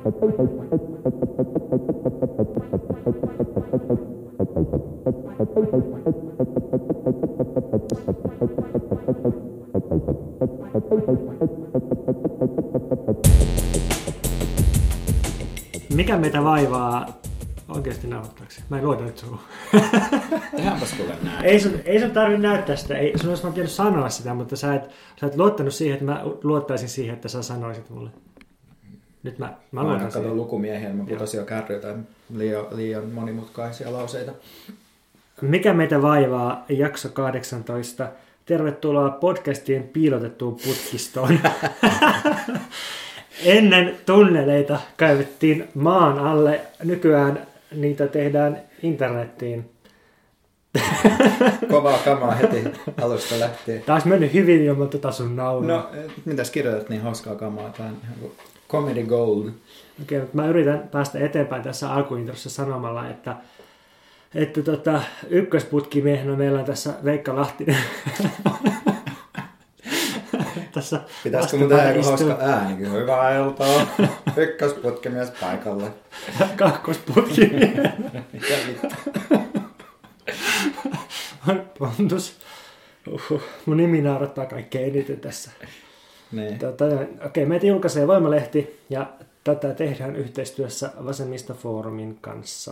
Mikä meitä vaivaa oikeasti nauhoittaakseni? Mä en luota nyt sulla. Tehdäänpäs kuule näin. Ei sun tarvitse näyttää sitä. Sun olisi vaan pitänyt sanoa sitä, mutta sä et luottanut siihen, että mä luottaisin siihen, että sä sanoisit mulle. Nyt mä luotan siihen. Katon lukumiehiä, mä putosin jo kärryiltä liian monimutkaisia lauseita. Mikä meitä vaivaa, jakso 18. Tervetuloa podcastien piilotettuun putkistoon. Ennen tunneleita kaivettiin maan alle, nykyään niitä tehdään internettiin. Kovaa kamaa heti alusta lähtien. Tämä olisi mennyt hyvin ilman sun naulua. No, mitäs kirjoitat niin hauskaa kamaa? Tämä on ihan kuin comedy gold. Okei, mutta mä yritän päästä eteenpäin tässä alkuintrossa sanomalla, että ykkösputkimiehenä meillä on tässä Veikka Lahtinen. Tässä pitäisikö mun tehdä joku hauska äänikin? Hyvää iltaa. Ykkösputkimies paikalle. Kakkosputkimies. Mitä vittu? Pontus. Mun nimi naurattaa kaikkein eniten tässä. Niin. Okei, meitä julkaisee Voimalehti ja tätä tehdään yhteistyössä Vasemmistofoorumin kanssa.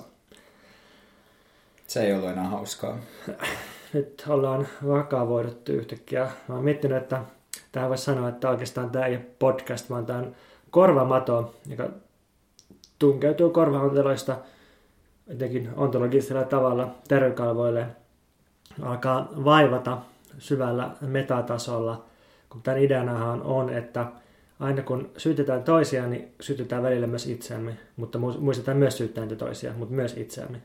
Se ei ollut enää hauskaa. Nyt ollaan vakavoiduttu yhtäkkiä. Mä oon miettinyt, että tähän voisi sanoa, että oikeastaan tämä ei ole podcast, vaan tämä on korvamato, joka tunkeutuu korvaonteloista jotenkin ontologisella tavalla tervekalvoille. Alkaa vaivata syvällä metatasolla, kun tämän ideanahan on, että aina kun syytetään toisia, niin syytetään välillä myös itseämme, mutta muistetaan myös syyttää niitä toisia, mutta myös itseämme.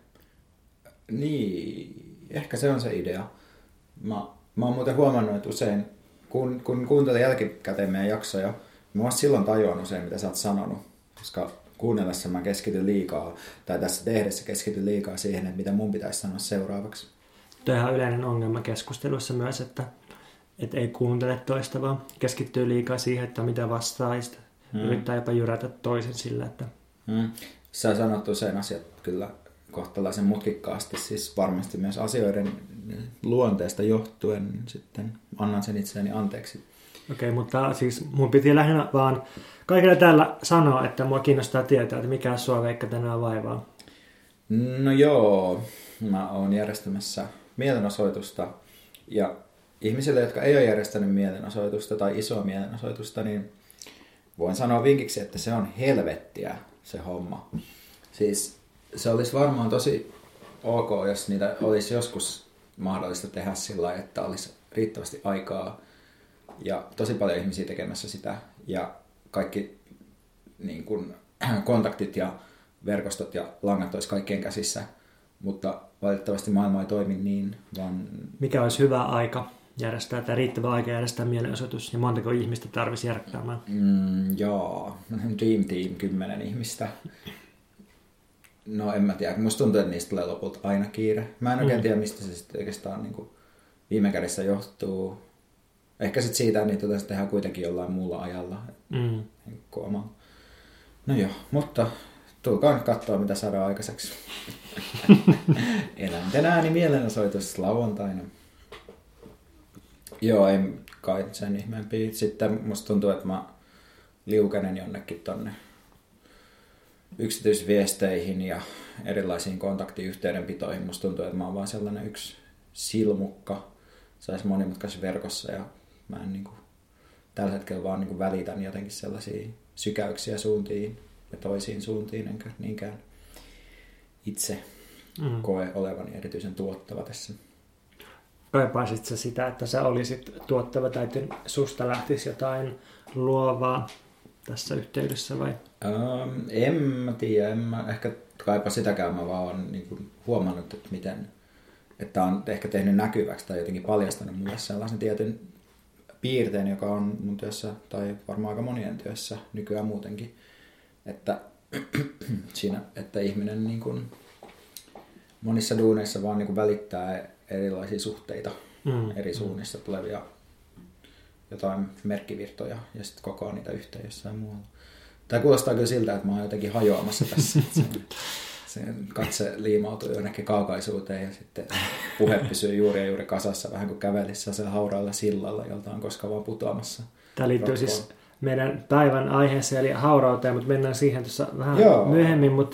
Niin, ehkä se on se idea. Mä oon muuten huomannut, että usein, kun kuuntelen jälkikäteen meidän jaksoja, mä oon silloin tajuan usein, mitä sä oot sanonut, koska kuunnellessa mä keskityn liikaa, tai tässä tehdessä keskityn liikaa siihen, että mitä mun pitäisi sanoa seuraavaksi. Tuo on ihan yleinen ongelma keskustelussa myös, että ei kuuntele toista, vaan keskittyy liikaa siihen, että mitä vastaa, ja yrittää jopa jyrätä toisen sillä, että... Sä sanot usein asiat kyllä kohtalaisen mutkikkaasti, siis varmasti myös asioiden luonteesta johtuen sitten annan sen itseäni anteeksi. Okei, mutta siis mun piti lähinnä vaan kaikille täällä sanoa, että mua kiinnostaa tietää, että mikä sua Veikka tänään vaivaa. No joo, mä oon järjestämässä mielenosoitusta ja ihmisille, jotka ei ole järjestänyt mielenosoitusta tai isoa mielenosoitusta, niin voin sanoa vinkiksi, että se on helvettiä se homma. Siis se olisi varmaan tosi ok, jos niitä olisi joskus mahdollista tehdä sillä lailla, että olisi riittävästi aikaa ja tosi paljon ihmisiä tekemässä sitä ja kaikki niin kuin, kontaktit ja verkostot ja langat olisi kaikkien käsissä, mutta valitettavasti maailma ei toimi niin, vaan... Mikä olisi hyvä aika järjestää tai riittävä aika järjestää mielenosoitus ja montako ihmistä tarvitsisi järkkäämään? Joo, Dream Team 10 ihmistä. No en mä tiedä, musta tuntuu, että niistä tulee lopulta aina kiire. Mä en oikein tiedä, mistä se sitten oikeastaan niin kuin viime kädessä johtuu. Ehkä sitten siitä, että niitä tehdään kuitenkin jollain muulla ajalla. No joo, mutta tulkaa nyt katsoa, mitä saadaan aikaiseksi. Eläinten ääni mielenosoitus lauantaina. Joo, ei kai sen ihmeempiä. Sitten musta tuntuu, että mä liukenen jonnekin tonne yksityisviesteihin ja erilaisiin kontaktiyhteydenpitoihin. Musta tuntuu, että mä oon vaan sellainen yksi silmukka sais monimutkaisessa verkossa ja mä en niin kuin, tällä hetkellä vaan niin kuin välitän jotenkin sellaisia sykäyksiä suuntiin ja toisiin suuntiin, enkä niinkään itse koe olevani erityisen tuottava tässä. Kaipaisit sä sitä, että sä olisit tuottava tai susta lähtisi jotain luovaa tässä yhteydessä vai? En mä tiedä, en mä ehkä kaipa sitäkään, mä vaan oon niin kuin huomannut, että on ehkä tehnyt näkyväksi tai jotenkin paljastanut mulle sellaisen tietyn piirteen, joka on mun työssä tai varmaan aika monien työssä nykyään muutenkin, että siinä, että ihminen niin kuin monissa duuneissa vaan niin kuin välittää erilaisia suhteita eri suunnista tulevia jotain merkkivirtoja ja sitten kokoaa niitä yhteen jossain muualla. Tai kuulostaa kyllä siltä, että mä oon jotenkin hajoamassa tässä. Se katse liimautuu jonnekin kaukaisuuteen ja sitten puhe pysyy juuri kasassa, vähän kuin kävelissä se hauraalla sillalla, jolta on koskaan vaan putoamassa. Tämä liittyy siis meidän päivän aiheeseen, eli haurauteen, mutta mennään siihen tuossa vähän myöhemmin. Mutta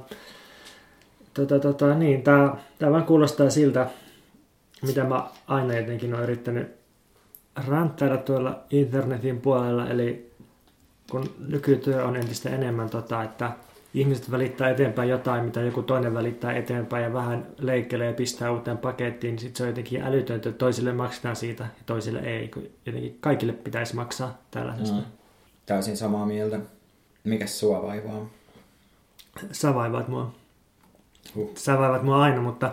niin, tämä vaan kuulostaa siltä, mitä mä aina jotenkin olen yrittänyt ranttailla tuolla internetin puolella, eli kun nykytyö on entistä enemmän, että ihmiset välittää eteenpäin jotain, mitä joku toinen välittää eteenpäin ja vähän leikkelee ja pistää uuteen pakettiin, niin sitten se on jotenkin älytöntä, että toisille maksetaan siitä ja toisille ei, kun jotenkin kaikille pitäisi maksaa tällaisesta. Täysin samaa mieltä. Mikäs sua vaivaa? Sä vaivaat mua. Sä vaivaat mua aina, mutta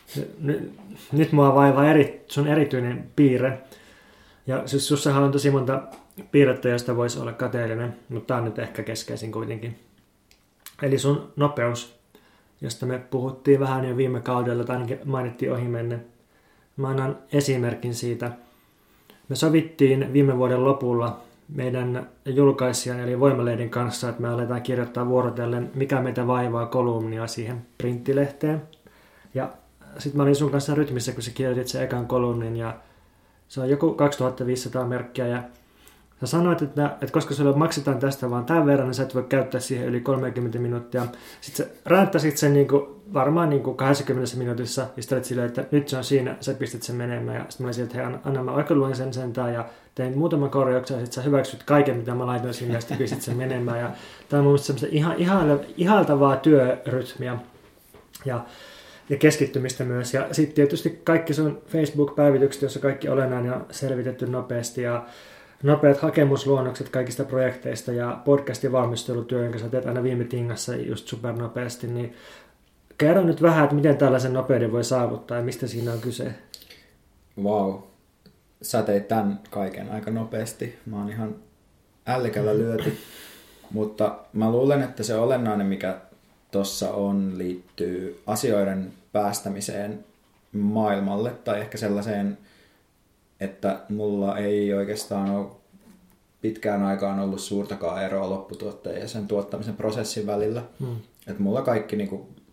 nyt mua vaivaa sun erityinen piirre. Ja siis sussahan on tosi monta piirrettä, josta voisi olla kateellinen, mutta tämä on nyt ehkä keskeisin kuitenkin. Eli sun nopeus, josta me puhuttiin vähän jo viime kaudella, tai ainakin mainittiin ohimennen. Mä annan esimerkin siitä. Me sovittiin viime vuoden lopulla meidän julkaisijan eli Voimalehden kanssa, että me aletaan kirjoittaa vuorotellen mikä meitä vaivaa kolumnia siihen printtilehteen. Ja sitten mä olin sun kanssa rytmissä, kun sä kirjoitit sen ekan kolumnin ja se on joku 2500 merkkiä ja sä sanoit, että koska sulle maksetaan tästä vaan tämän verran, niin sä et voi käyttää siihen yli 30 minuuttia. Sitten sä ränttäsit sen varmaan 20 minuutissa ja sitten olet silleen, että nyt se on siinä, sä pistit sen menemään. Ja sitten mä olin silleen, että hei, anna mä oikein luen sen sentään ja tein muutaman korjauksen ja sitten sä hyväksyt kaiken, mitä mä laitoin sinne ja sitten pistit sen menemään. Ja tämä on mun mielestä semmoista ihailtavaa työrytmiä ja keskittymistä myös. Ja sitten tietysti kaikki sun Facebook-päivitykset, jossa kaikki olennainen on selvitetty nopeasti ja nopeat hakemusluonnokset kaikista projekteista ja podcastin valmistelutyö, jonka sä teet aina viime tingassa just supernopeasti, niin kerro nyt vähän, että miten tällaisen nopeuden voi saavuttaa ja mistä siinä on kyse. Vau. Sä teit tämän kaiken aika nopeasti. Mä oon ihan ällikällä lyöty. Mutta mä luulen, että se olennainen, mikä tossa on, liittyy asioiden päästämiseen maailmalle tai ehkä sellaiseen, että mulla ei oikeastaan ole pitkään aikaan ollut suurtakaan eroa lopputuotteen ja sen tuottamisen prosessin välillä. Että mulla kaikki,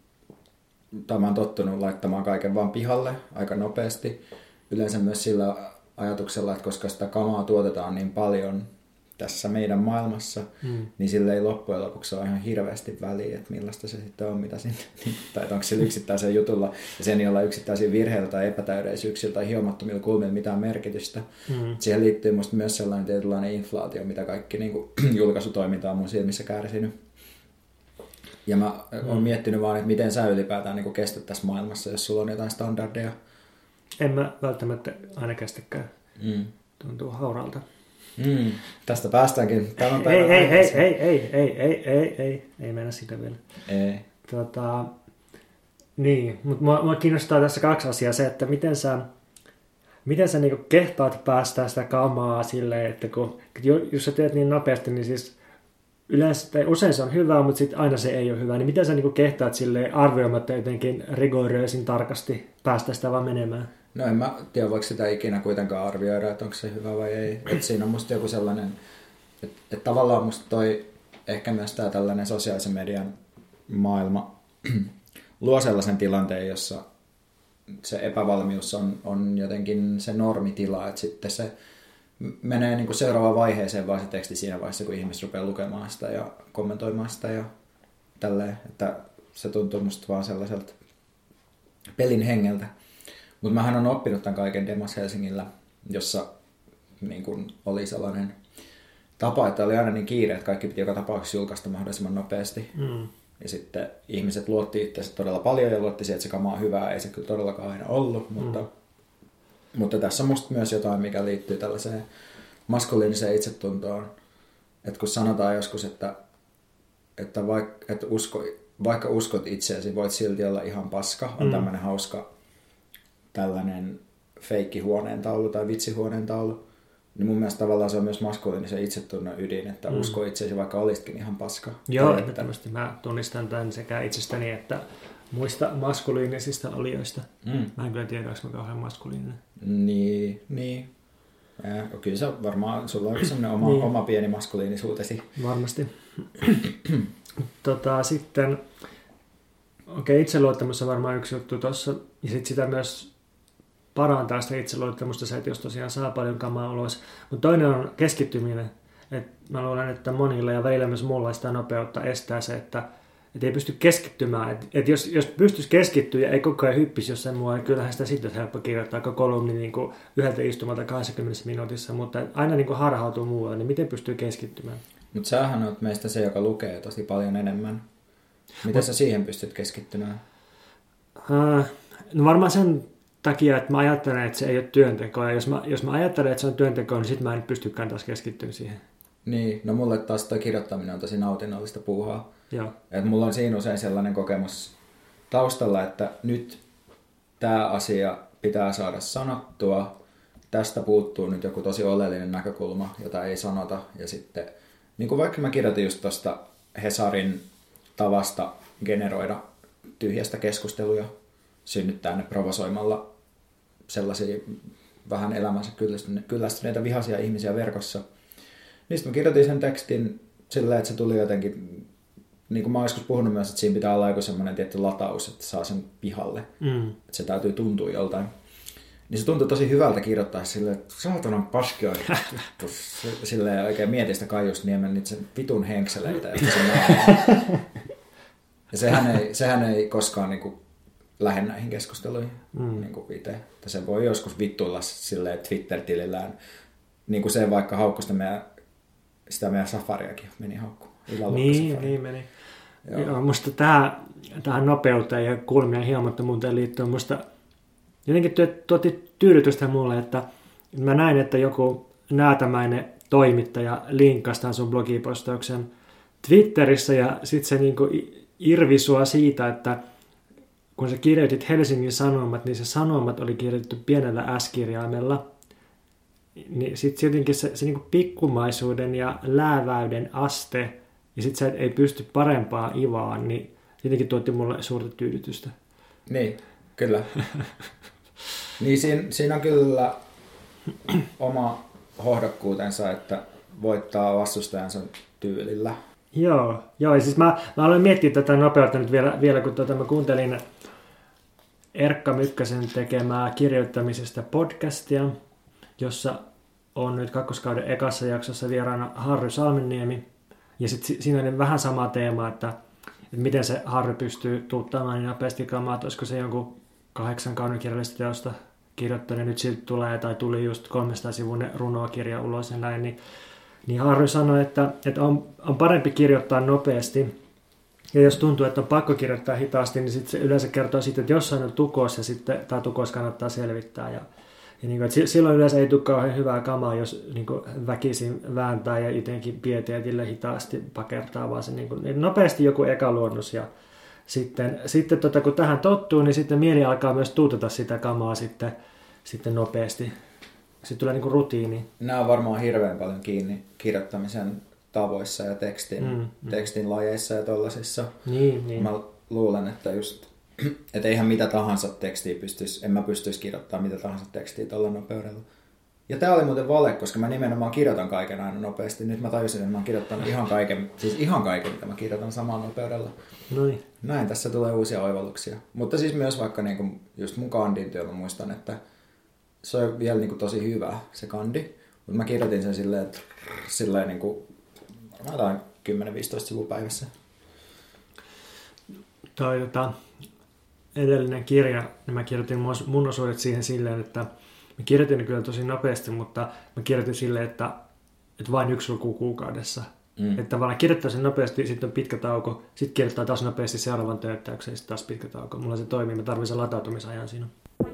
tai mä oon tottunut laittamaan kaiken vaan pihalle aika nopeasti. Yleensä myös sillä ajatuksella, että koska sitä kamaa tuotetaan niin paljon tässä meidän maailmassa, niin sillä ei loppujen lopuksi ole ihan hirveästi väliä, että millaista se sitten on, mitä sinne, tai onko sillä yksittäisellä jutulla ja sen jolla yksittäisillä virheillä tai epätäydellisyyksillä tai hiomattomilla kulmilla mitään merkitystä. Siihen liittyy musta myös sellainen tietynlainen inflaatio, mitä kaikki julkaisutoiminta on mun silmissä kärsinyt. Ja mä oon miettinyt vaan, että miten sä ylipäätään kestät tässä maailmassa, jos sulla on jotain standardeja. En mä välttämättä aina kestäkään. Tuntuu hauralta. Tästä päästäänkin tämän päivän ei mennä sitä vielä. Ei. Niin, mutta mua kiinnostaa tässä kaksi asiaa. Se, että miten sä kehtaat päästää sitä kamaa silleen, että jos sä teet niin nopeasti, niin siis usein se on hyvä, mutta sitten aina se ei ole hyvä. Niin miten sä kehtaat silleen arvioimatta jotenkin rigoröisin tarkasti päästä sitä vaan menemään? No en mä tiedä, voiko sitä ikinä kuitenkaan arvioida, että onko se hyvä vai ei. Et siinä on musta joku sellainen, että tavallaan musta toi ehkä myös tää tällainen sosiaalisen median maailma luo sellaisen tilanteen, jossa se epävalmius on jotenkin se normitila, että sitten se menee seuraavaan vaiheeseen vaan se teksti siinä vaiheessa, kun ihmiset rupeaa lukemaan sitä ja kommentoimaan sitä ja tälleen, että se tuntuu musta vaan sellaiselta pelin hengeltä. Mutta mähän on oppinut tämän kaiken Demos Helsingillä, jossa oli sellainen tapa, että oli aina niin kiire, että kaikki piti joka tapauksessa julkaista mahdollisimman nopeasti. Ja sitten ihmiset luotti itse todella paljon ja luotti siihen, että se kama on hyvää. Ei se kyllä todellakaan aina ollut, mutta tässä on musta myös jotain, mikä liittyy tällaiseen maskuliiniseen itsetuntoon. Että kun sanotaan joskus, että vaikka uskot itseäsi, voit silti olla ihan paska. On tämmöinen hauska tällainen feikkihuoneentaulu tai vitsihuoneentaulu, niin mun mielestä tavallaan se on myös maskuliinisen itsetunnon ydin, että usko itseäsi vaikka olisikin ihan paska. Joo, ehdottomasti mä tunnistan tämän sekä itsestäni että muista maskuliinisista olijoista. Mä en kyllä tiedä, onko mä kauhean maskuliininen. Niin. Ja, kyllä se varmaan, sulla on sellainen oma pieni maskuliinisuutesi. Varmasti. Sitten, itseluottamus on varmaan yksi juttu tuossa, ja sitten sitä myös parantaa sitä itseluottamusta se, että jos tosiaan saa paljon kamaa ulos. Mutta toinen on keskittyminen. Mä luulen, että monilla ja välillä myös mulla sitä nopeutta estää se, että ei pysty keskittymään. Jos pystyisi keskittyä ja ei koko ajan hyppisi jossain muualla, niin kyllähän sitä sitten helppo kirjoittaa kolumni niin kuin yhdeltä istumalta 20 minuutissa, mutta aina niin kuin harhautuu muualle, niin miten pystyy keskittymään? Mutta sähän oot meistä se, joka lukee tosi paljon enemmän. Miten sä siihen pystyt keskittymään? No varmaan sen takia, että mä ajattelen, että se ei ole työntekoa. Ja jos mä ajattelen, että se on työntekoa, niin sitten mä en pystykään taas keskittymään siihen. Niin, no mulle taas toi kirjoittaminen on tosi nautinnollista puuhaa. Joo. Et mulla on siinä usein sellainen kokemus taustalla, että nyt tämä asia pitää saada sanottua. Tästä puuttuu nyt joku tosi oleellinen näkökulma, jota ei sanota. Ja sitten, niin kuin vaikka mä kirjoitin just tuosta Hesarin tavasta generoida tyhjästä keskusteluja, synnyttää ne provosoimalla sellaisia vähän elämänsä kyllästyneitä vihaisia ihmisiä verkossa. Niistä mä kirjoitin sen tekstin sillä, että se tuli jotenkin, niin kuin mä oon joskus puhunut myös, että siinä pitää olla joku semmoinen tietty lataus, että saa sen pihalle. Että se täytyy tuntua joltain. Niin se tuntui tosi hyvältä kirjoittaa silleen, että saatanan paski on silleen oikein mietin sitä Kaiusniemen niitä sen vitun henkseleitä. Ja sehän ei koskaan niin kuin lähde näihin keskusteluihin niin kuin itse. Että se voi joskus vittuilla silleen Twitter-tilillään. Niin kuin se vaikka haukku sitä meidän safariakin meni haukkumaan. Niin meni. Joo, musta tähän nopeuteen ja kulmien hiemattomuuteen liittyen musta jotenkin tuotti tyydytystä mulle, että mä näin, että joku näätämäinen toimittaja linkkasi tämän sun blogipostauksen Twitterissä ja sit se niinku irvi sua siitä, että kun sä kirjoitit Helsingin Sanomat, niin se sanomat oli kirjoitettu pienellä S-kirjaimella. Niin sitten jotenkin se niinku pikkumaisuuden ja lääväyden aste, ja sitten sä ei pysty parempaa ivaan, niin jotenkin tuotti mulle suurta tyydytystä. Niin, kyllä. Niin siinä on kyllä oma hohdokkuutensa, että voittaa vastustajansa tyylillä. Joo, ja siis mä aloin miettiä tätä nopeutta nyt vielä kun mä kuuntelin Erkka Mykkäsen tekemää kirjoittamisesta podcastia, jossa on nyt kakkoskauden ekassa jaksossa vieraana Harry Salmenniemi. Ja sitten siinä oli vähän sama teema, että miten se Harry pystyy tuuttamaan niin nopeasti kamaa, että olisiko se jonkun 8 kauden kirjallista teosta kirjoittanut, nyt siltä tulee tai tuli just 300-sivuinen runokirja ulos ja näin, niin Harry sanoi, että on parempi kirjoittaa nopeasti. Ja jos tuntuu, että on pakko kirjoittaa hitaasti, niin sitten se yleensä kertoo siitä, että jossain on tukos ja sitten tämä tukos kannattaa selvittää. Ja niin kuin, että silloin yleensä ei tule kauhean hyvää kamaa, jos niin kuin väkisin vääntää ja jotenkin pieteetillä hitaasti pakertaa, vaan se niin kuin, nopeasti joku ekaluonnos. Ja sitten kun tähän tottuu, niin sitten mieli alkaa myös tuutata sitä kamaa sitten nopeasti. Sitten tulee niin kuin rutiini. Nämä on varmaan hirveän paljon kiinni kirjoittamisen tavoissa ja tekstin lajeissa ja tollasissa. Niin. Mä luulen, että että eihän mitä tahansa tekstiä en mä pystyisi kirjoittamaan mitä tahansa tekstiä tuolla nopeudella. Ja tää oli muuten vale, koska mä nimenomaan kirjoitan kaiken aina nopeasti. Nyt mä tajusin, että mä oon kirjoittanut ihan kaiken, mitä mä kirjoitan samalla nopeudella. Noin. Näin, tässä tulee uusia oivalluksia. Mutta siis myös vaikka niinku just mun kandin työllä muistan, että se on vielä niinku tosi hyvä se kandi. Mutta mä kirjoitin sen silleen niinku varmaan 10-15 sivua päivässä. Edellinen kirja, niin mä kirjoitin mun osuudet siihen silleen, että mä kirjoitin ne kyllä tosi nopeasti, mutta mä kirjoitin silleen, että vain 1 luku kuukaudessa. Että tavallaan kirjoittaa sen nopeasti, sitten on pitkä tauko, sitten kirjoittaa taas nopeasti seuraavan tööttäyksen, sitten taas pitkä tauko. Mulla se toimii, mä tarvitsen latautumisajan siinä.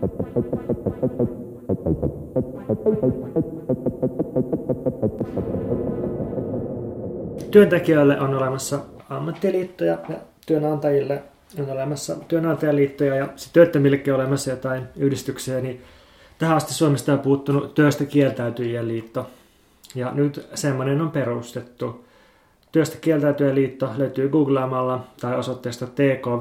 Työntekijöille on olemassa ammattiliittoja ja työnantajille on olemassa työnantajaliittoja ja työttömillekin on olemassa jotain yhdistyksiä, niin tähän asti Suomesta on puuttunut työstä kieltäytyjien liitto. Ja nyt semmoinen on perustettu. Työstä kieltäytyjien liitto löytyy googlaamalla tai osoitteesta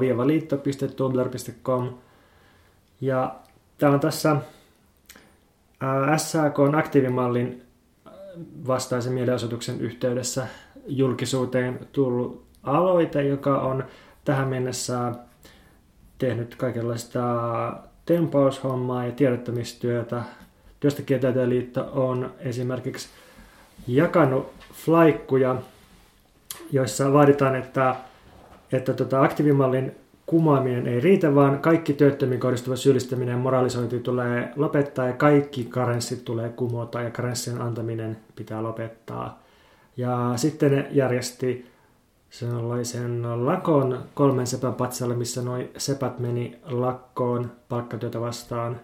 tk-liitto.tumblr.com. Ja täällä on tässä SAK:n aktiivimallin vastaisen mielenosoituksen yhteydessä julkisuuteen tullut aloite, joka on tähän mennessä tehnyt kaikenlaista tempaushommaa ja tiedottamistyötä. Työntekijätaiteen liitto on esimerkiksi jakanut flaikkuja, joissa vaaditaan, että aktiivimallin kumoaminen ei riitä, vaan kaikki työttömiin kohdistuva syyllistäminen ja moralisointi tulee lopettaa ja kaikki karenssit tulee kumota ja karenssien antaminen pitää lopettaa. Ja sitten ne järjesti sellaisen lakon 3 sepän patsalle, missä noi sepät meni lakkoon palkkatyötä vastaan.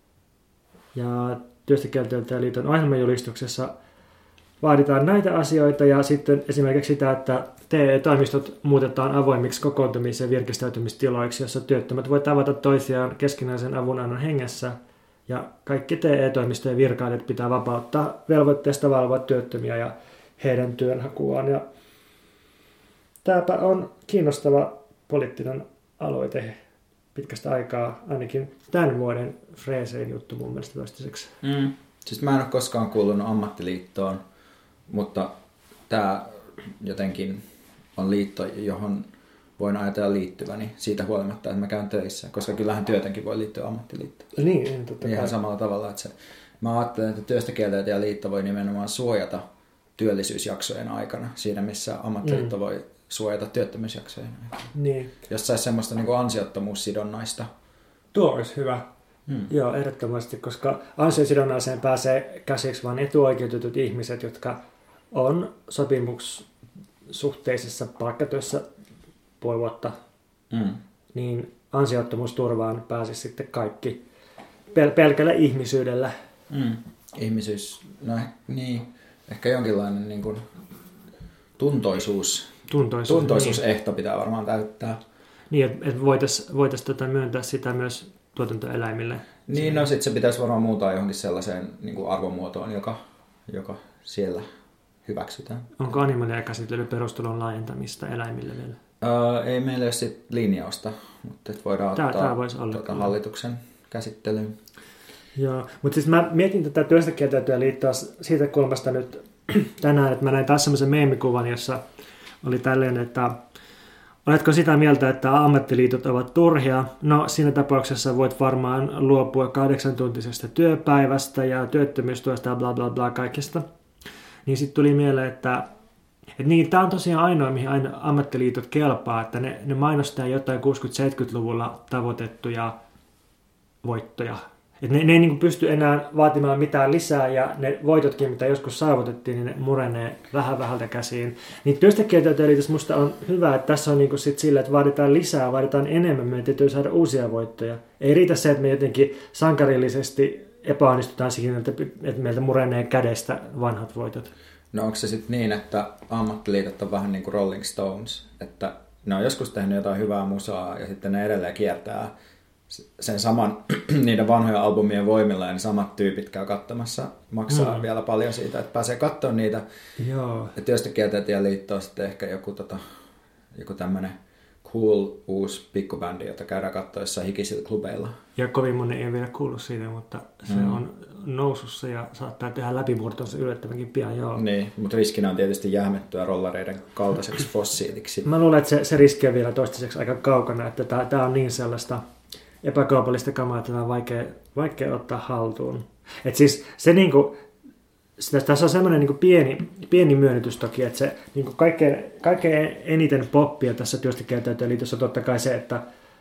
Ja Työntekijätaiteen liiton ohjelmajulistuksessa vaaditaan näitä asioita ja sitten esimerkiksi sitä, että TE-toimistot muutetaan avoimiksi kokoontumis- ja virkistäytymistiloiksi, jossa työttömät voi tavata toisiaan keskinäisen avunannon hengessä. Ja kaikki TE-toimistojen virkailijat pitää vapauttaa velvoitteesta valvoa työttömiä ja heidän työnhakuaan. Ja tämäpä on kiinnostava poliittinen aloite pitkästä aikaa, ainakin tämän vuoden freesein juttu mun mielestä toistaiseksi. Siis mä en ole koskaan kuulunut ammattiliittoon, mutta tämä jotenkin on liitto, johon voin ajatella liittyväni siitä huolimatta, että mä käyn töissä, koska kyllähän työtönkin voi liittyä ammattiliittoon. Niin, totta kai. Ihan samalla tavalla, että mä ajattelen, että Työntekijätaiteen liitto voi nimenomaan suojata työllisyysjaksojen aikana, siinä missä ammattiliitto voi suojata työttömyysjaksojen aikana. Niin. Jos saisi semmoista niin kuin ansiottomuussidonnaista. Tuo olisi hyvä. Joo, ehdottomasti, koska ansiosidonnaiseen pääsee käsiksi vain etuoikeutetut ihmiset, jotka on sopimussuhteisessa palkkatyössä puoli vuotta, niin ansiottomuusturvaan pääsisi sitten kaikki pelkällä ihmisyydellä. Ihmisyys, no niin, ehkä jonkinlainen niin kuin tuntoisuusehto niin. Pitää varmaan täyttää. Niin, että voitaisiin myöntää sitä myös tuotantoeläimille. Niin, no sitten se pitäisi varmaan muuttaa johonkin sellaiseen niin kuin arvomuotoon, joka siellä hyväksytään. Onko Animalia käsitellyt perustulon laajentamista eläimille vielä? Ei meillä ole sit linjausta, mutta voidaan ottaa hallituksen käsittelyyn. Joo, mutta siis mä mietin tätä Työntekijätaiteen liittoa siitä kulmasta nyt tänään, että mä näin taas semmoisen meemikuvan, jossa oli tälleen, että oletko sitä mieltä, että ammattiliitot ovat turhia? No siinä tapauksessa voit varmaan luopua 8-tuntisesta työpäivästä ja työttömyystuesta ja bla bla bla kaikesta. Niin sitten tuli mieleen, että niin, tämä on tosiaan ainoa, mihin aina ammattiliitot kelpaa, että ne mainostaa jotain 60-70-luvulla tavoitettuja voittoja. Että ne ei niin kuin pysty enää vaatimaan mitään lisää ja ne voitotkin, mitä joskus saavutettiin, niin ne murenee vähän vähältä käsiin. Niin Työntekijätaiteen liitossa musta on hyvä, että tässä on niin kuin sit sillä, että vaaditaan lisää, vaaditaan enemmän, meidän täytyy saada uusia voittoja. Ei riitä se, että me jotenkin sankarillisesti epäonnistutaan siinä, että meiltä murenee kädestä vanhat voitot. No onko se sitten niin, että ammattiliitot on vähän niin kuin Rolling Stones, että ne on joskus tehnyt jotain hyvää musaa ja sitten ne edelleen kiertää sen saman niiden vanhojen albumien voimilla ja ne samat tyypit käy katsomassa, maksaa vielä paljon siitä, että pääsee katsomaan niitä. Joo. Ja Työntekijätaiteen liitto on sitten ehkä joku tämmöinen cool uusi pikkubändi, jota käydään katsoa jossain hikisillä klubeilla. Ja kovin moni ei vielä kuullut siitä, mutta se on nousussa ja saattaa tehdä läpimurtonsa yllättävänkin pian. Joo. Niin, mutta riskinä on tietysti jähmettyä rollareiden kaltaiseksi fossiiliksi. Mä luulen, että se riski on vielä toistaiseksi aika kaukana, että tämä on niin sellaista epäkaupallista kamaa, että tämä on vaikea ottaa haltuun. Et siis se niinku, tässä on semmoinen niinku pieni myönnytys toki, että se niinku kaikkein eniten poppia tässä Työntekijätaiteen liitossa on totta kai se, että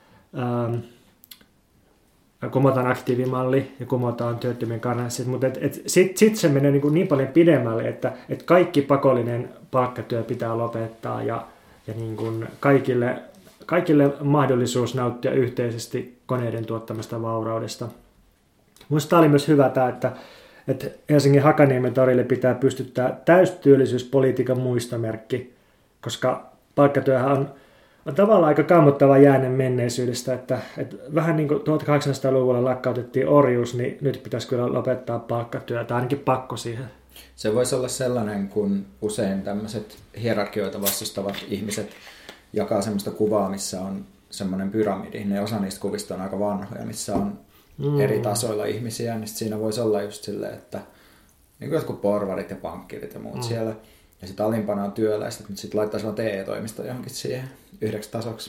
kumotaan aktiivimalli ja kumotaan työttömien karenssit, mutta sitten se menee niin paljon pidemmälle, että kaikki pakollinen palkkatyö pitää lopettaa ja niin kuin kaikille mahdollisuus nauttia yhteisesti koneiden tuottamasta vauraudesta. Minusta tämä oli myös hyvä tämä, että Helsingin Hakaniemen torille pitää pystyttää täystyöllisyyspolitiikan muistomerkki, koska palkkatyöhän on tavallaan aika kammottava jääne menneisyydestä, että vähän niin kuin 1800-luvulla lakkautettiin orjuus, niin nyt pitäisi kyllä lopettaa palkkatyö, tai ainakin pakko siihen. Se voisi olla sellainen, kun usein tämmöiset hierarkioita vastustavat ihmiset jakaa semmoista kuvaa, missä on semmoinen pyramidi. Ne osa niistä kuvista on aika vanhoja, missä on eri tasoilla ihmisiä, niin siinä voisi olla just silleen, että niin kuin jotkut porvarit ja pankkirit ja muut siellä. Ja sitten alimpana on työläiset, mutta sitten laittaisi vaan TE-toimisto johonkin siihen 9 tasoksi.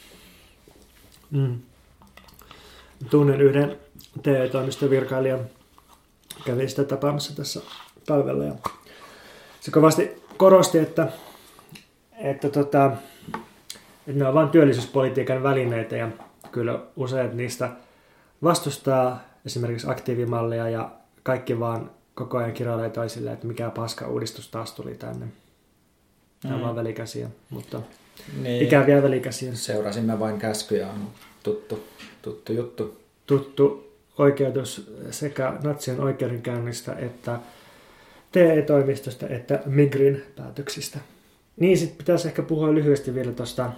Tunnen yhden TE-toimiston virkailijan, kävin sitä tapaamassa tässä talvella. Ja se kovasti korosti, että ne on vain työllisyyspolitiikan välineitä ja kyllä useat niistä vastustaa esimerkiksi aktiivimallia ja kaikki vaan koko ajan kiroilee toisille, että mikä paska uudistus taas tuli tänne. Nämä on vaan välikäsiä, mutta niin. Ikäviä välikäsiä. Seurasimme vain käskyjä, on tuttu juttu. Tuttu oikeutus sekä natsien oikeudenkäynnistä että TE-toimistosta että Migrin päätöksistä. Niin, sitten pitäisi ehkä puhua lyhyesti vielä tuosta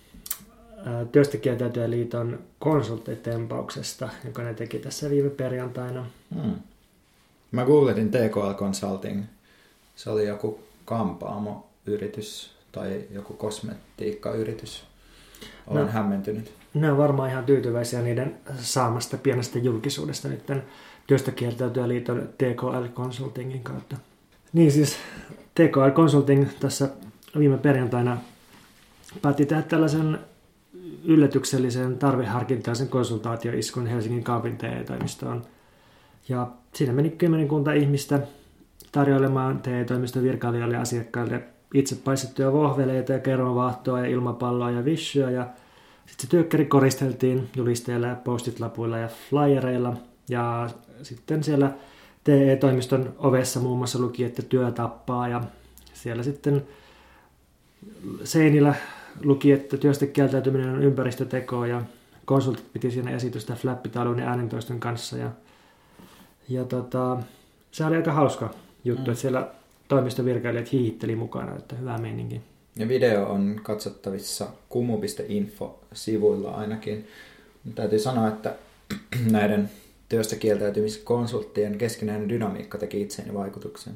Työstä liiton konsulttitempauksesta, joka ne teki tässä viime perjantaina. Mä googletin TKL Consulting. Se oli joku kampaamoyritys tai joku kosmetiikkayritys. Olen hämmentynyt. Ne on varmaan ihan tyytyväisiä niiden saamasta pienestä julkisuudesta nyt Työstä liiton TKL Consultingin kautta. Niin siis TKL Consulting tässä viime perjantaina päätti tehdä tällaisen yllätyksellisen tarveharkintaisen konsultaatioiskun Helsingin kaupin TE-toimistoon. Ja siinä meni 10 ihmistä tarjoilemaan TE-toimiston virkailijoille ja asiakkaille itse paistettuja vohveleita ja kermavaahtoa ja ilmapalloa ja vissyä. Ja sitten se työkkäri koristeltiin julisteilla ja post-it-lapuilla ja flyereilla. Ja sitten siellä TE-toimiston ovessa muun muassa luki, että työ tappaa. Ja siellä sitten seinillä luki, että työstä kieltäytyminen on ympäristöteko. Ja konsultit piti siinä esitystä flappitaulun ja äänentoiston kanssa. Ja se oli aika hauska juttu, että siellä toimistovirkailijat hiihitteli mukana, että hyvä meininki. Ja video on katsottavissa kumu.info-sivuilla ainakin. Täytyy sanoa, että näiden työstä kieltäytymiskonsulttien keskinäinen dynamiikka teki itseeni vaikutuksen.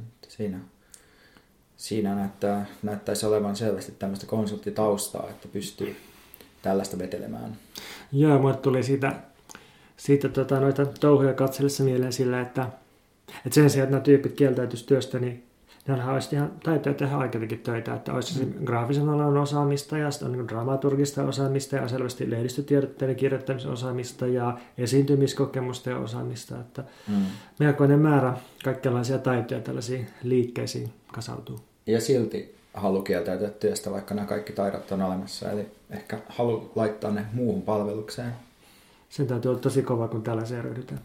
Siinä näyttäisi olevan selvästi tämmöistä konsulttitaustaa, että pystyy tällaista vetelemään. Joo, mulle tuli siitä noita touhuja katsellessa mieleen sillä, että sen sijaan, että nämä tyypit kieltäytyisi työstä, niin nehän olisi ihan taitoja tehdä aikakin töitä, että olisi graafisen alan osaamista ja sitten on niin dramaturgista osaamista ja selvästi lehdistötiedotteiden kirjoittamisen osaamista ja esiintymiskokemusta ja osaamista, että melkoinen määrä kaikenlaisia taitoja tällaisiin liikkeisiin kasautuu. Ja silti halu kieltäytyä työstä, vaikka nämä kaikki taidot on olemassa, eli ehkä halu laittaa ne muuhun palvelukseen. Sen täytyy olla tosi kova, kun tällaiseen ryhdytään.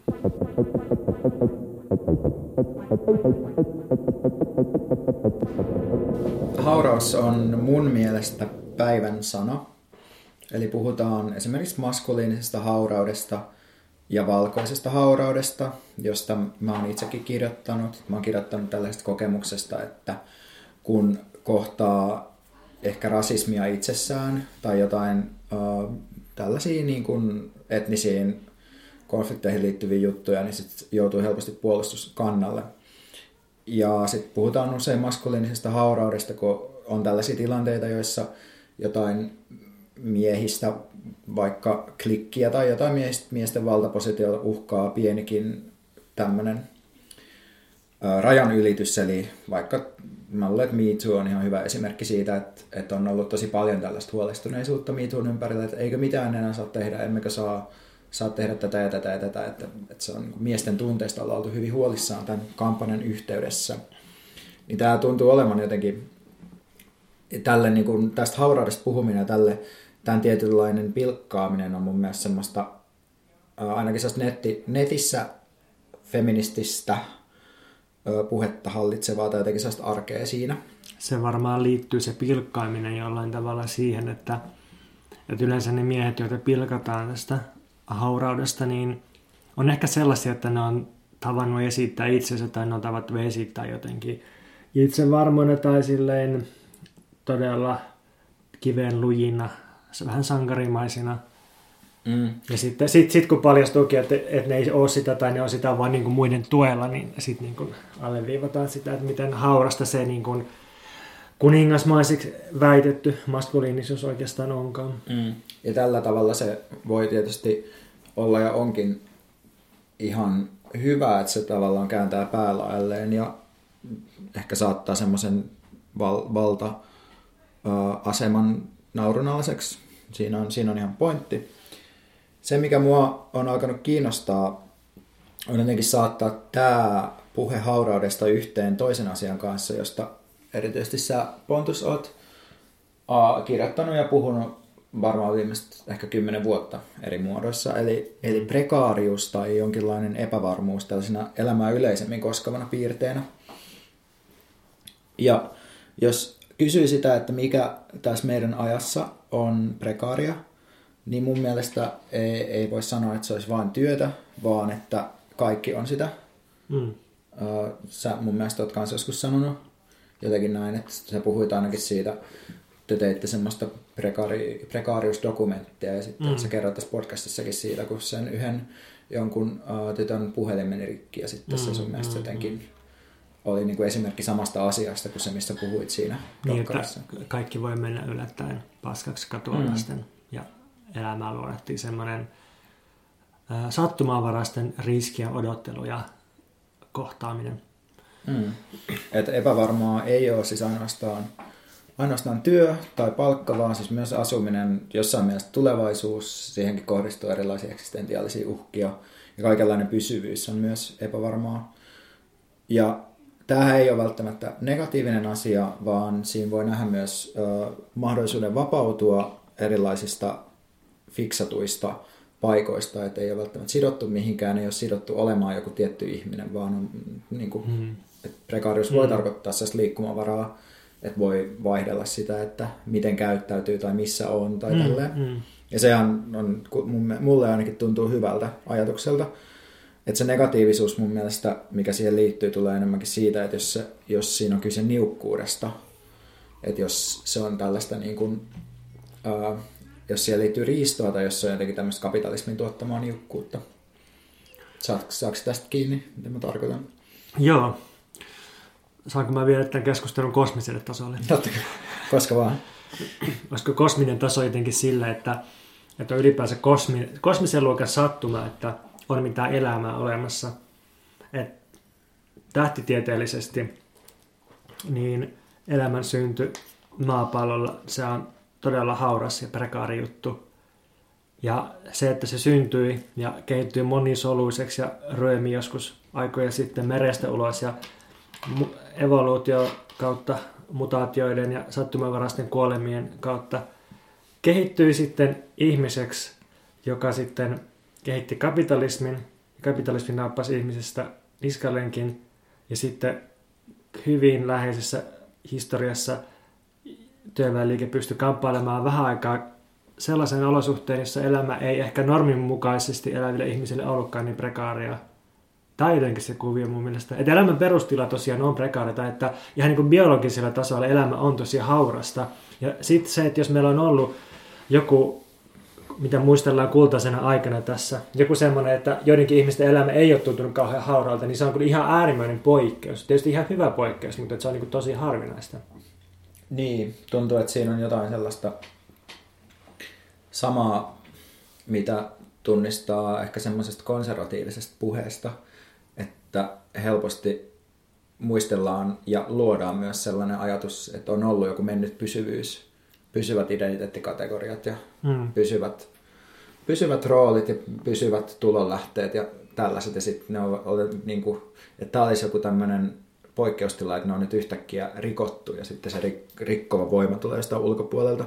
Hauraus on mun mielestä päivän sana. Eli puhutaan esimerkiksi maskuliinisesta hauraudesta ja valkoisesta hauraudesta, josta mä oon itsekin kirjoittanut. Mä oon kirjoittanut tällaisesta kokemuksesta, että kun kohtaa ehkä rasismia itsessään tai jotain tällaisia niin kuin etnisiin konflikteihin liittyviä juttuja, niin sit joutuu helposti puolustuskannalle. Ja sitten puhutaan usein maskuliinisesta hauraudesta, kun on tällaisia tilanteita, joissa jotain miehistä, vaikka klikkiä tai jotain miesten valtapositiota uhkaa pienikin tämmöinen rajan ylitys. Eli vaikka mä luulen, että Me Too on ihan hyvä esimerkki siitä, että on ollut tosi paljon tällaista huolestuneisuutta Me Toon ympärillä, että eikö mitään enää saa tehdä, emmekö saa tehdä tätä ja tätä ja tätä, että se on niin kuin miesten tunteista ollaan oltu hyvin huolissaan tämän kampanjan yhteydessä. Niin tämä tuntuu olevan jotenkin, tälle, niin kuin tästä hauraudesta puhuminen ja tämän tietynlainen pilkkaaminen on mun mielestä semmoista, ainakin netissä feminististä puhetta hallitsevaa tai jotenkin sellaista arkea siinä. Se varmaan liittyy se pilkkaaminen jollain tavalla siihen, että yleensä ne miehet, joita pilkataan tästä hauraudesta, niin on ehkä sellaisia, että ne on tavannut esittää itsensä tai ne on tavattu esittää jotenkin itsevarmoina tai silleen todella kiveen lujina, vähän sankarimaisina. Ja sitten kun paljastuukin, että ne ei ole sitä tai ne on sitä vaan niin kuin muiden tuella, niin sitten niin kuin alleviivataan sitä, että miten haurasta se niin kuin kuningasmaiseksi väitetty maskuliinisuus oikeastaan onkaan. Ja tällä tavalla se voi tietysti olla ja onkin ihan hyvä, että se tavallaan kääntää päälaelleen ja ehkä saattaa semmoisen valta-aseman naurunalaiseksi. Siinä on ihan pointti. Se, mikä mua on alkanut kiinnostaa, on jotenkin saattaa tämä puhe hauraudesta yhteen toisen asian kanssa, josta erityisesti sä, Pontus, oot kirjoittanut ja puhunut varmaan viimeiset ehkä 10 vuotta eri muodoissa. Eli prekaarius tai jonkinlainen epävarmuus tällaisena elämää yleisemmin koskevana piirteenä. Ja jos kysyy sitä, että mikä tässä meidän ajassa on prekaaria, niin mun mielestä ei voi sanoa, että se olisi vain työtä, vaan että kaikki on sitä. Sä mun mielestä oot kanssa joskus sanonut jotenkin näin, että sä puhuit ainakin siitä, te teitte semmoista prekaariusdokumenttia ja sitten sä kerroit tässä podcastissakin siitä, kun sen yhden jonkun tytön puhelin meni rikki ja sitten se sun mielestä jotenkin oli niin kuin esimerkki samasta asiasta kuin se, mistä puhuit siinä dokkarissa. Niin, kaikki voi mennä yllättäen paskaksi katuavasten ja elämään luonnettiin semmoinen sattumanvaraisten riskien odottelu ja kohtaaminen. Että epävarmaa ei ole siis ainoastaan työ tai palkka, vaan siis myös asuminen, jossain mielessä tulevaisuus, siihenkin kohdistuu erilaisia eksistentiaalisia uhkia ja kaikenlainen pysyvyys on myös epävarmaa. Ja tämähän ei ole välttämättä negatiivinen asia, vaan siinä voi nähdä myös mahdollisuuden vapautua erilaisista fiksatuista paikoista, että ei ole välttämättä sidottu mihinkään, ei ole sidottu olemaan joku tietty ihminen, vaan on, niin kuin, että prekaarius voi tarkoittaa sellaista liikkumavaraa, että voi vaihdella sitä, että miten käyttäytyy tai missä on tai tälleen. Ja sehän on, mulle ainakin tuntuu hyvältä ajatukselta, että se negatiivisuus mun mielestä, mikä siihen liittyy, tulee enemmänkin siitä, että jos siinä on kyse niukkuudesta, että jos se on tällaista niin kuin, jos siihen liittyy riistoa tai jos se on jotenkin tämmöistä kapitalismin tuottamaa niukkuutta. Saako tästä kiinni, mitä mä tarkoitan? Joo. Saanko mä viedä tämän keskustelun kosmiselle tasolle? Totta kai. Koska vaan. Olisiko kosminen taso jotenkin sillä, että on ylipäänsä kosmisen luokan sattuma, että on mitään elämää olemassa. Et tähtitieteellisesti niin elämän synty maapallolla, se on todella hauras ja prekaari juttu. Ja se, että se syntyi ja kehittyi monisoluiseksi ja ryömi joskus aikoja sitten merestä ulos ja evoluutio kautta mutaatioiden ja sattumanvaraisten kuolemien kautta kehittyi sitten ihmiseksi, joka sitten kehitti kapitalismin. Kapitalismi naappasi ihmisestä niskalenkin ja hyvin läheisessä historiassa työväenliike pystyi kamppailemaan vähän aikaa sellaisen olosuhteen, jossa elämä ei ehkä normin mukaisesti eläville ihmisille ollutkaan niin prekaaria. Tämä on jotenkin se kuvio mun mielestä. Että elämän perustila tosiaan on prekaarita, että ihan niin kuin biologisella tasolla elämä on tosiaan haurasta. Ja sitten se, että jos meillä on ollut joku, mitä muistellaan kultaisena aikana tässä, joku semmoinen, että joidenkin ihmisten elämä ei ole tuntunut kauhean hauralta, niin se on kyllä ihan äärimmäinen poikkeus. Tietysti ihan hyvä poikkeus, mutta se on niin kuin tosi harvinaista. Niin, tuntuu, että siinä on jotain sellaista samaa, mitä tunnistaa ehkä semmoisesta konservatiivisesta puheesta, että helposti muistellaan ja luodaan myös sellainen ajatus, että on ollut joku mennyt pysyvyys, pysyvät identiteettikategoriat ja pysyvät roolit ja pysyvät tulonlähteet ja tällaiset. Ja sitten ne on niin kuin, että tämä olisi joku tämmöinen poikkeustila, että ne on nyt yhtäkkiä rikottu ja sitten se rikkova voima tulee jostain ulkopuolelta.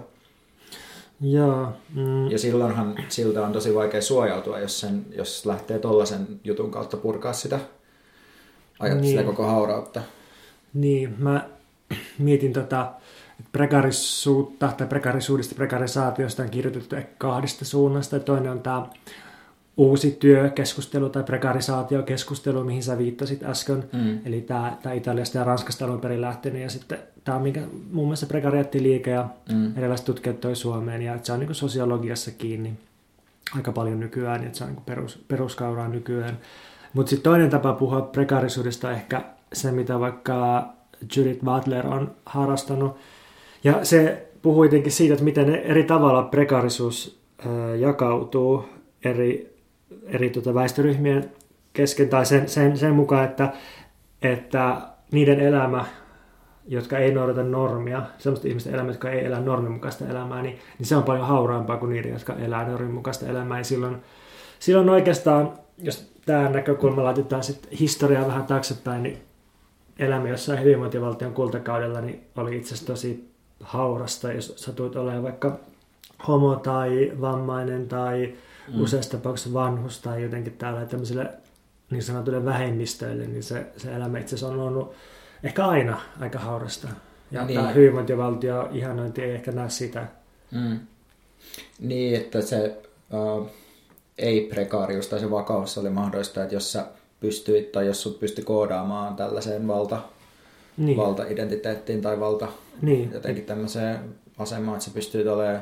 Ja silloinhan siltä on tosi vaikea suojautua, jos lähtee tollaisen jutun kautta purkaa sitä sitä koko haurautta. Niin, mä mietin prekaarisuutta tai prekaarisuudesta prekarisaatiosta on kirjoitettu kahdesta suunnasta. Toinen on tämä uusi työkeskustelu tai prekarisaatiokeskustelu, mihin sä viittasit äsken. Eli tämä Italiasta ja Ranskasta alun perin lähtenyt. Ja sitten tämä on muun muassa prekariaattiliike ja erilaiset tutkijat toi Suomeen. Ja se on niin sosiologiassa kiinni aika paljon nykyään. Että se on niin peruskauraa nykyään. Mutta sitten toinen tapa puhua prekaarisuudesta ehkä se, mitä vaikka Judith Butler on harrastanut. Ja se puhuu jotenkin siitä, että miten eri tavalla prekaarisuus jakautuu eri väestöryhmien kesken tai sen mukaan, että niiden elämä, jotka ei noudata normia, sellaisten ihmisten elämä, jotka ei elä normin mukaista elämää, niin se on paljon hauraampaa kuin niiden, jotka elää normin mukaista elämää. Ja silloin oikeastaan, jos tämä näkökulma laitetaan sitten historiaa vähän taaksepäin, niin elämä jossain hyvinvointivaltion kultakaudella niin oli itse asiassa tosi haurasta, jos satuit olemaan vaikka homo tai vammainen tai useassa tapauksessa vanhus tai jotenkin tämmöisille niin sanotuille vähemmistöille, niin se elämä itse asiassa on ollut ehkä aina aika haurasta. Ja niin. Tämä hyvinvointivaltio ihanointi ei ehkä näe sitä. Niin, että se ei-prekaarius tai se vakaus oli mahdollista, että jos sä pystyit tai jos sut pystyi koodaamaan tällaiseen valta-identiteettiin tai jotenkin tämmöiseen asemaan, että sä pystyit olemaan,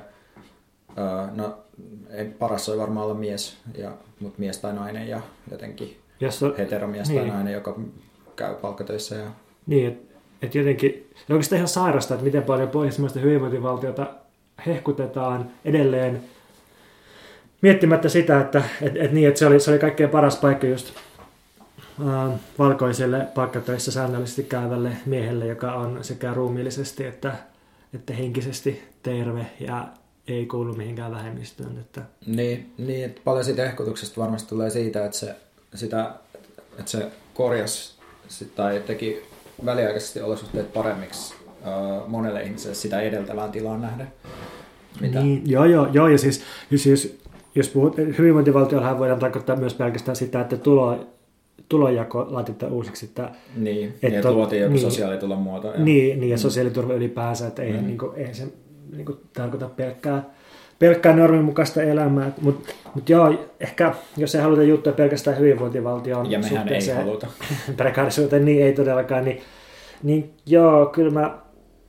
paras oli varmaan olla mies, mutta mies tai nainen ja jotenkin heteromies tai nainen, joka käy palkkatöissä. Niin, että jotenkin, oikeastaan ihan sairasta, että miten paljon pohjoismaista hyvinvointivaltiota hehkutetaan edelleen miettimättä sitä, että se oli kaikkein paras paikka just valkoiselle palkkatöissä säännöllisesti käyvälle miehelle, joka on sekä ruumiillisesti että henkisesti terve ja ei kuulu mihinkään vähemmistöön. Niin, että paljon siitä hehkutuksesta varmasti tulee siitä, että se korjasi tai teki väliaikaisesti olosuhteet paremmiksi monelle ihmiselle sitä edeltävään tilaan nähden. Niin, joo, ja siis jos puhut, hyvinvointivaltiollahan voidaan tarkoittaa myös pelkästään sitä, että tulonjako laitetaan uusiksi. Että luotiin joku sosiaalitulon muoto. Ja sosiaaliturva ylipäänsä, että ei se tarkoita pelkkää normin mukaista elämää. Mutta joo, ehkä jos ei haluta juttua pelkästään hyvinvointivaltion ja mehän ei haluta. Prekaarisuuteen, niin ei todellakaan. Niin joo, kyllä mä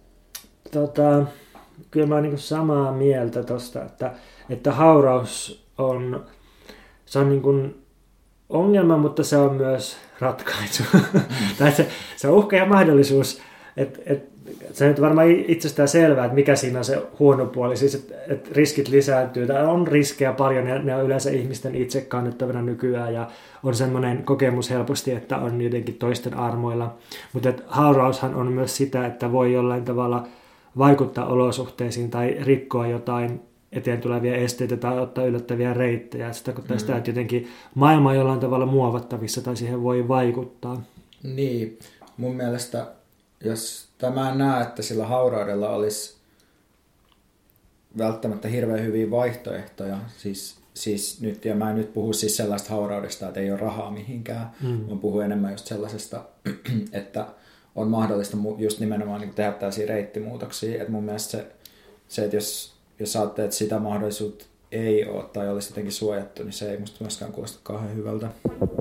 oon niin samaa mieltä tosta, että hauraus on niin kuin ongelma, mutta se on myös ratkaisu. Tai se on uhka ja mahdollisuus. Se on nyt varmaan itsestään selvää, että mikä siinä on se huono puoli. Siis, että riskit lisääntyy. Tai on riskejä paljon ja ne on yleensä ihmisten itse kannettavana nykyään. Ja on semmoinen kokemus helposti, että on jotenkin toisten armoilla. Mutta hauraushan on myös sitä, että voi jollain tavalla vaikuttaa olosuhteisiin tai rikkoa jotain eteen tulevia esteitä tai ottaa yllättäviä reittejä. Se tarkoittaa sitä, että jotenkin maailma on jollain tavalla muovattavissa tai siihen voi vaikuttaa. Niin, mun mielestä, jos mä en näe, että sillä hauraudella olisi välttämättä hirveän hyviä vaihtoehtoja, siis nyt, ja mä en nyt puhu siis sellaista hauraudesta, että ei ole rahaa mihinkään, mä puhun enemmän just sellaisesta, että on mahdollista just nimenomaan niin tehdä tällaisia reittimuutoksia, että mun mielestä se että jos ajattelee, että sitä mahdollisuutta ei ole tai olisi jotenkin suojattu, niin se ei musta myöskään kuulosta kauhean hyvältä.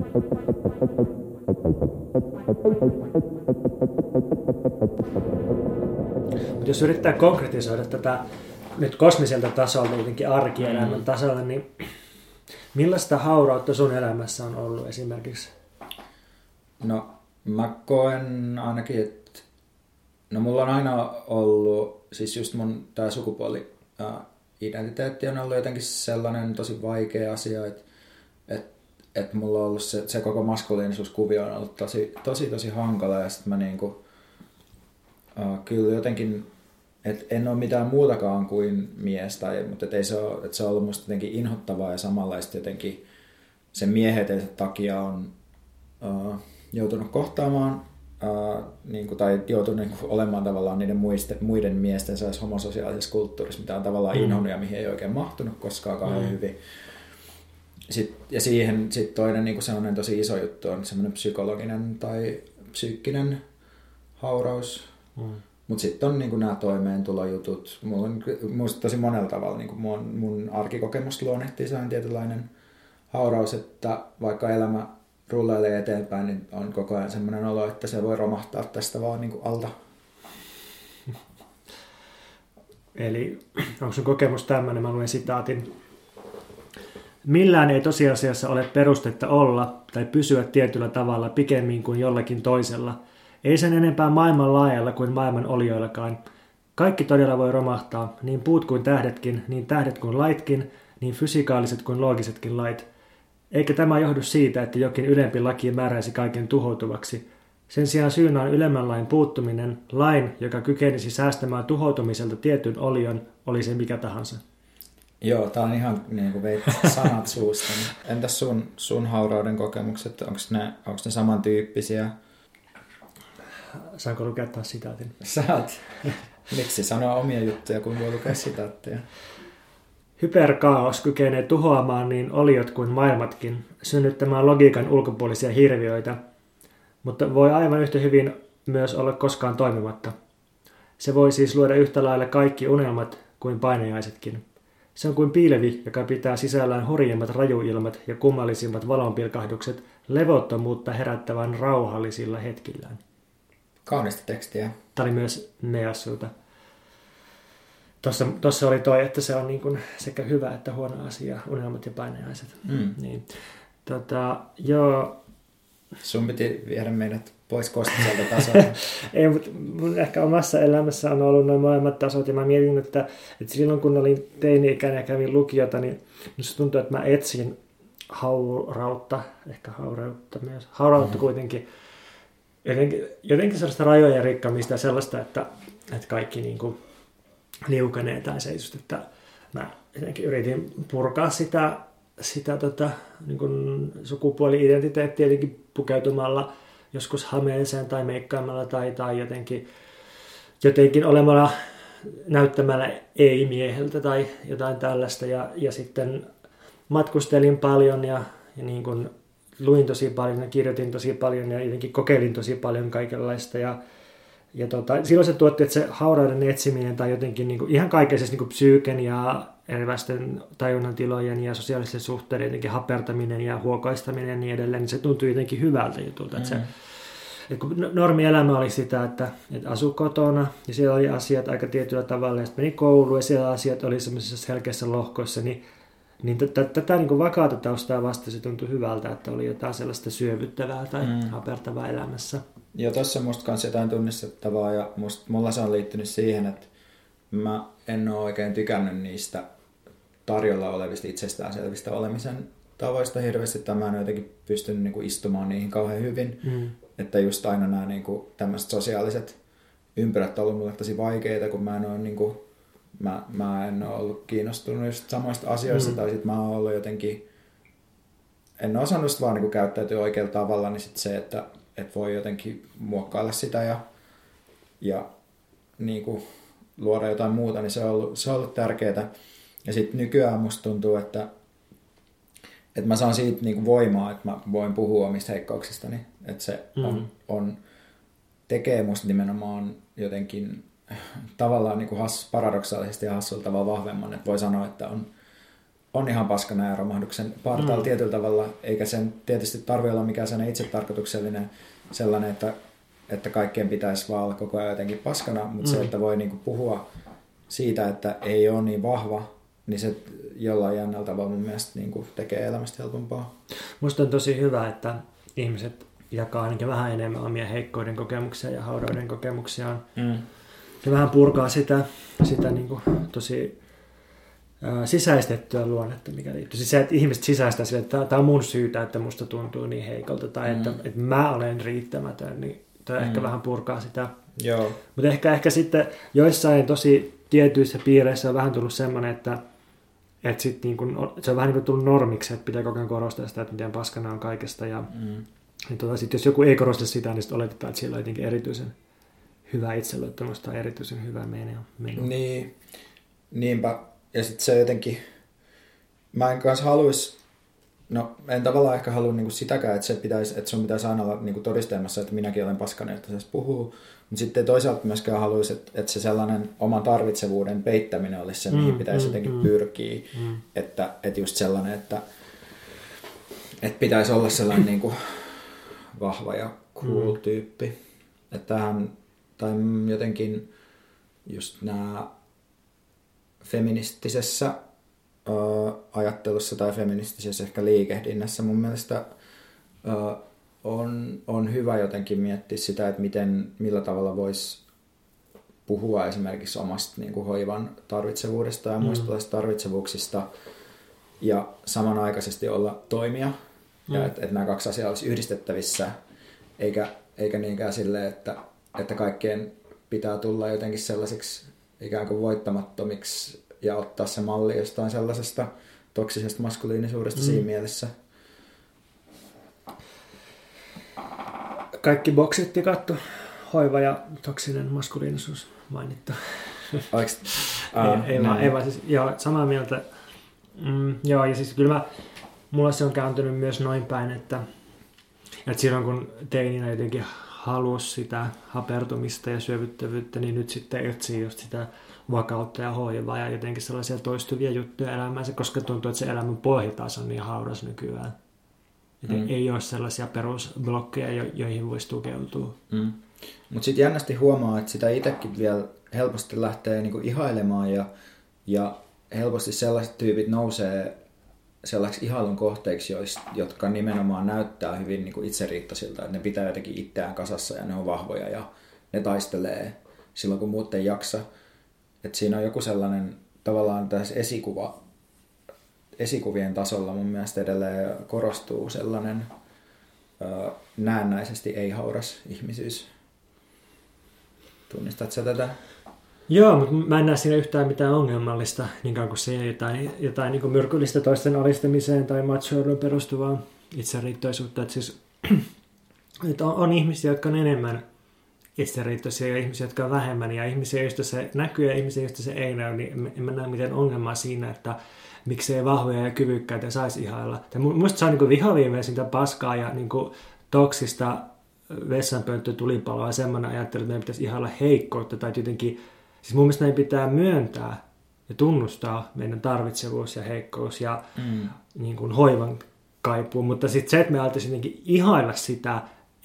Mutta jos yrittää konkretisoida tätä nyt kosmiselta tasolta, jotenkin arkielämän tasolla, niin millaista haurautta sun elämässä on ollut esimerkiksi? No mä koen ainakin, että mulla on aina ollut, siis just mun tää sukupuoli-identiteetti on ollut jotenkin sellainen tosi vaikea asia, että mulla on ollut se koko maskuliinisuuskuvio on ollut tosi hankala ja sitten mä niinku, kyllä jotenkin, että en ole mitään muutakaan kuin mies, mutta se on ollut musta jotenkin inhottavaa ja samanlaista jotenkin sen miehetensä takia on joutunut kohtaamaan tai joutunut olemaan tavallaan niiden muiden miesten homososiaalisessa kulttuurissa, mitä on tavallaan inhonnut ja mihin ei oikein mahtunut koskaan kauhean hyvin. Ja siihen sit toinen niin sellainen tosi iso juttu on semmoinen psykologinen tai psyykkinen hauraus. Mutta sitten on niin nämä toimeentulojutut. Mulla on musta tosi monella tavalla niin mun arkikokemus luonnehtii sellainen tietynlainen hauraus, että vaikka elämä rullailee eteenpäin, niin on koko ajan semmoinen olo, että se voi romahtaa tästä vaan niin alta. Eli onko sun kokemus tämmöinen? Mä luen sitaatin. Millään ei tosiasiassa ole perustetta olla tai pysyä tietyllä tavalla pikemmin kuin jollakin toisella. Ei sen enempää maailman laajalla kuin maailman olioillakaan. Kaikki todella voi romahtaa, niin puut kuin tähdetkin, niin tähdet kuin laitkin, niin fysikaaliset kuin loogisetkin lait. Eikä tämä johdu siitä, että jokin ylempi laki määräisi kaiken tuhoutuvaksi. Sen sijaan syynä on ylemmän lain puuttuminen, lain, joka kykenisi säästämään tuhoutumiselta tietyn olion, oli se mikä tahansa. Joo, tää on ihan niin kuin veit sanat suusta. Entäs sun haurauden kokemukset, onko ne samantyyppisiä? Saanko lukea taas sitaatin? Saat. Miksi sanoa omia juttuja, kun voi lukea sitaatteja? Hyperkaos kykenee tuhoamaan niin oliot kuin maailmatkin, synnyttämään logiikan ulkopuolisia hirviöitä, mutta voi aivan yhtä hyvin myös olla koskaan toimimatta. Se voi siis luoda yhtä lailla kaikki unelmat kuin painajaisetkin. Se on kuin pilvi, joka pitää sisällään hurjimmat rajuilmat ja kummallisimmat valonpilkahdukset levottomuutta herättävän rauhallisilla hetkillään. Kaunista tekstiä. Tämä oli myös Meassulta. Tuossa oli toi, että se on niin kuin sekä hyvä että huono asia, unelmat ja painajaiset. Niin. Joo. Sun piti viedä meidät pois kostiselta tasolta. Ei, mutta ehkä omassa elämässä on ollut noin molemmat tasot, ja mä mietin, että silloin kun olin teini-ikäinen ja kävin lukiota, niin minusta tuntui, että mä etsin haurautta, ehkä haurautta kuitenkin, jotenkin sellaista rajojen rikkamista ja sellaista, että kaikki niin kuin liukenee tai se just, että mä jotenkin yritin purkaa sitä niin kuin sukupuoli-identiteettiä jotenkin pukeutumalla joskus hameeseen tai meikkaamalla tai jotenkin olemalla näyttämällä ei-mieheltä tai jotain tällaista. Ja sitten matkustelin paljon ja niin kuin luin tosi paljon ja kirjoitin tosi paljon ja jotenkin kokeilin tosi paljon kaikenlaista. Ja silloin se tuotti, että se haurauden etsiminen tai jotenkin niin kuin, ihan kaikessa niin kuin psyyken ja erilaisten tajunnan tilojen ja sosiaalisten suhteiden jotenkin hapertaminen ja huokoistaminen ja niin edelleen, niin se tuntui jotenkin hyvältä jutulta. Että kun normielämä oli sitä, että asui kotona ja siellä oli asiat aika tietyllä tavalla ja sitten meni kouluun ja siellä asiat oli semmoisissa selkeissä lohkoissa, niin tätä niin kuin vakaata taustaa vasta se tuntui hyvältä, että oli jotain sellaista syövyttävää tai hapertavaa elämässä. Joo, tuossa musta kanssa jotain tunnistettavaa ja mulla se on liittynyt siihen, että mä en ole oikein tykännyt niistä tarjolla olevista itsestäänselvistä olemisen tavoista hirveästi, että mä en jotenkin pystynyt niinku istumaan niihin kauhean hyvin. Että just aina nämä niinku tämmöiset sosiaaliset ympyrät on ollut mulle tosi vaikeita, kun mä en ole, niinku, mä en ole ollut kiinnostunut just samoista asioista, tai sit mä oon ollut jotenkin, en ole osannut vaan niinku käyttäytyä oikealla tavalla, niin sit se, että voi jotenkin muokkailla sitä ja niinku luoda jotain muuta, niin se on ollut tärkeää. Ja sitten nykyään musta tuntuu, että mä saan siitä niinku voimaa, että mä voin puhua omista heikkouksistani. Että se tekee musta nimenomaan jotenkin tavallaan niinku paradoksaalisesti ja hassulla tavalla vahvemman. Että voi sanoa, että on ihan paskana ja romahduksen partaalla tietyllä tavalla, eikä sen tietysti tarvitse olla mikään sellainen itsetarkoituksellinen sellainen, että kaikkien pitäisi vaan olla koko ajan jotenkin paskana, mutta se, että voi niinku puhua siitä, että ei ole niin vahva, niin se jollain jännällä tavalla mun mielestä niinku tekee elämästä helpompaa. Musta on tosi hyvä, että ihmiset jakaa ainakin vähän enemmän omia heikkouden kokemuksia ja haurauden kokemuksiaan. Ja vähän purkaa sitä niinku tosi sisäistettyä luonnetta, mikä liittyy. Siis se, että ihmiset sisäistää sille, että tämä on mun syytä, että musta tuntuu niin heikolta, tai että mä olen riittämätön, niin tämä ehkä vähän purkaa sitä. Joo. Mutta ehkä sitten joissain tosi tietyissä piireissä on vähän tullut semmoinen, että sit niin kun, se on vähän niin kuin tullut normiksi, että pitää koko ajan korostaa sitä, että miten paskana on kaikesta. Ja niin sit jos joku ei korosta sitä, niin oletetaan, että siellä on jotenkin erityisen hyvä itseluottamus tai erityisen hyvä meno. Niin, niinpä. Ja sitten se jotenkin, mä en kanssa haluaisi, en tavallaan ehkä halua niinku sitäkään, että sun pitäisi aina olla niinku todistelmassa, että minäkin olen paskana, että se puhuu. Mutta sitten toisaalta myöskään haluaisi, että se sellainen oman tarvitsevuuden peittäminen olisi se, mihin pitäisi jotenkin pyrkiä. Että just sellainen, että pitäisi olla sellainen niinku vahva ja cool tyyppi. Että tähän, tai jotenkin just nämä feministisessä ajattelussa tai feministisessä ehkä liikehdinnässä mun mielestä on hyvä jotenkin miettiä sitä, että millä tavalla voisi puhua esimerkiksi omasta niin kuin hoivan tarvitsevuudesta ja muista tarvitsevuuksista ja samanaikaisesti olla toimija. Ja että nämä kaksi asiaa olisi yhdistettävissä, eikä niinkään silleen, että kaikkien pitää tulla jotenkin sellaisiksi ikään kuin voittamattomiksi ja ottaa se malli jostain sellaisesta toksisesta maskuliinisuudesta siinä mielessä. Kaikki boksit tikattu, hoiva ja toksinen maskuliinisuus mainittu. Ei vaan siis, joo, samaa mieltä. Joo, ja siis kyllä mulla se on kääntynyt myös noin päin, että silloin kun teininä jotenkin halusi sitä hapertumista ja syövyttävyyttä, niin nyt sitten etsii just sitä vakautta ja hoivaa ja jotenkin sellaisia toistuvia juttuja elämäänsä, koska tuntuu, että se elämän pohja taas on niin hauras nykyään. Ei ole sellaisia perusblokkeja, joihin voisi tukeutua. Mutta sitten jännästi huomaa, että sitä itsekin vielä helposti lähtee niinku ihailemaan ja helposti sellaiset tyypit nousee sellaiseksi ihailun kohteiksi, jotka nimenomaan näyttää hyvin niinku itseriittoisilta, että ne pitää jotenkin itseään kasassa ja ne on vahvoja ja ne taistelee silloin, kun muut ei jaksa. Et siinä on joku sellainen tavallaan tässä esikuvien tasolla mun mielestä edelleen korostuu sellainen näennäisesti ei-hauras ihmisyys. Tunnistatko sä tätä? Joo, mutta mä en näe siinä yhtään mitään ongelmallista, niin kauan kuin se ei jotain niin kuin myrkyllistä toisten alistamiseen tai machoiluun perustuvaa itseriittoisuutta. Että siis, että on ihmisiä, jotka on enemmän itseriittoisia ja ihmisiä, jotka on vähemmän, ja ihmisiä, joista se näkyy ja ihmisiä, joista se ei näy, niin en mä näe mitään ongelmaa siinä, että miksei vahvoja ja kyvykkäitä saisi ihailla. Minusta se on niin vihaviimeisintä paskaa ja niin toksista vessanpönttö tulipaloa ja semmoinen ajattelu, että meidän pitäisi ihailla heikkoutta tai jotenkin, siis mun mielestä meidän pitää myöntää ja tunnustaa meidän tarvitsevuus ja heikkous ja niin kuin hoivan kaipuu, mutta sitten se, että me alettaisiin jotenkin ihailla sitä,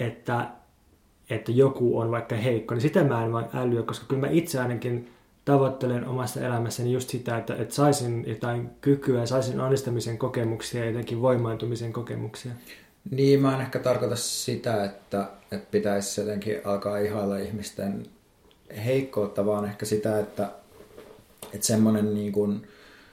että joku on vaikka heikko, niin sitä mä en vaan älyä, koska kyllä mä itse ainakin tavoittelen omassa elämässäni just sitä, että saisin jotain kykyä, saisin onnistamisen kokemuksia ja jotenkin voimaantumisen kokemuksia. Niin, mä en ehkä tarkoita sitä, että pitäisi jotenkin alkaa ihailla ihmisten heikkoutta, vaan ehkä sitä, että semmoinen niin kuin,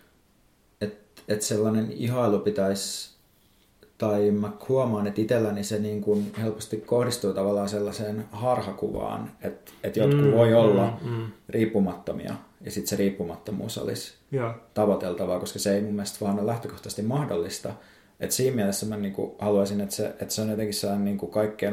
että sellainen ihailu pitäisi, tai mä huomaan, että itselläni se niin kuin helposti kohdistuu tavallaan sellaiseen harhakuvaan, että jotkut voi olla riippumattomia, ja sitten se riippumattomuus olisi tavoiteltavaa, koska se ei mun mielestä vaan ole lähtökohtaisesti mahdollista. Et siinä mielessä mä niinku haluaisin, että se on jotenkin sellainen niinku kaiken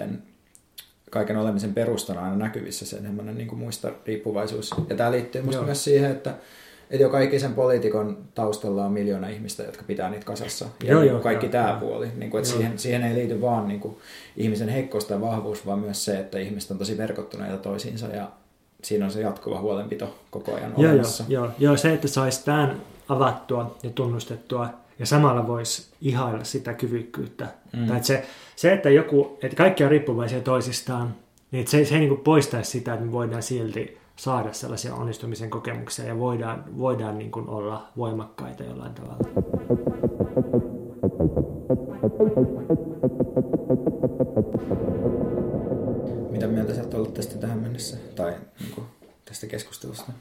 olemisen perustana aina näkyvissä se semmoinen niinku muista riippuvaisuus. Ja tämä liittyy musta myös siihen, että joka ikisen poliitikon taustalla on 1 miljoona ihmistä, jotka pitää niitä kasassa. Ja kaikki tämä puoli. Niinku, siihen ei liity vaan niinku ihmisen heikkous tai vahvuus, vaan myös se, että ihmiset on tosi verkottuneita toisiinsa ja siinä on se jatkuva huolenpito koko ajan olemassa. Joo, se, että saisi tämän avattua ja tunnustettua ja samalla voisi ihailla sitä kyvykkyyttä. Tai että se, että kaikki on riippuvaisia toisistaan, niin se ei niin kuin poistaisi sitä, että me voidaan silti saada sellaisia onnistumisen kokemuksia ja voidaan niin kuin olla voimakkaita jollain tavalla. Mitä mieltä sä oot ollut tästä tähän mennessä? Tai niin kuin tästä keskustelusta?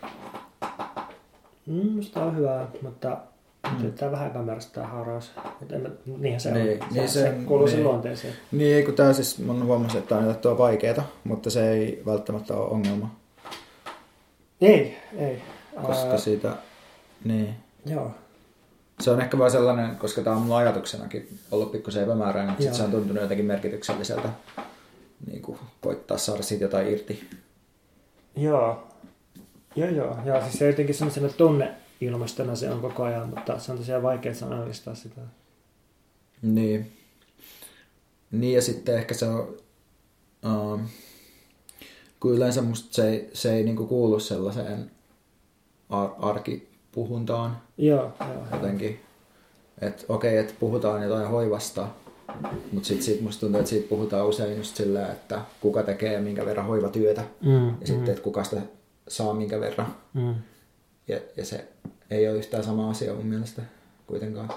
Minusta on hyvä, mutta tämä vähän kamerasta tämä hauraus. Niinhän se on. Se kuuluu sen luonteeseen. Niin, kun tämä siis, mun huomasin, että tämä on vaikeaa, mutta se ei välttämättä ole ongelma. Ei. Koska siitä, niin. Joo. Se on ehkä vaan sellainen, koska tämä on mulla ajatuksenakin ollut pikkusen epämääräinen, mutta se on tuntunut jotenkin merkitykselliseltä niin kuin koittaa saada siitä jotain irti. Joo. Ja siis se jotenkin sellaisena tunneilmastona se on koko ajan, mutta se on tosiaan vaikea sanallistaa sitä. Niin ja sitten ehkä se on, kun yleensä musta se ei niinku kuulu sellaiseen arkipuhuntaan. Joo. Jotenkin, että okei, että puhutaan jotain hoivasta, mutta sitten musta tuntuu, että siitä puhutaan usein just sillä, että kuka tekee minkä verran hoivatyötä ja sitten, että kuka sitä saa minkä verran. Ja se ei ole yhtään sama asia mun mielestä kuitenkaan.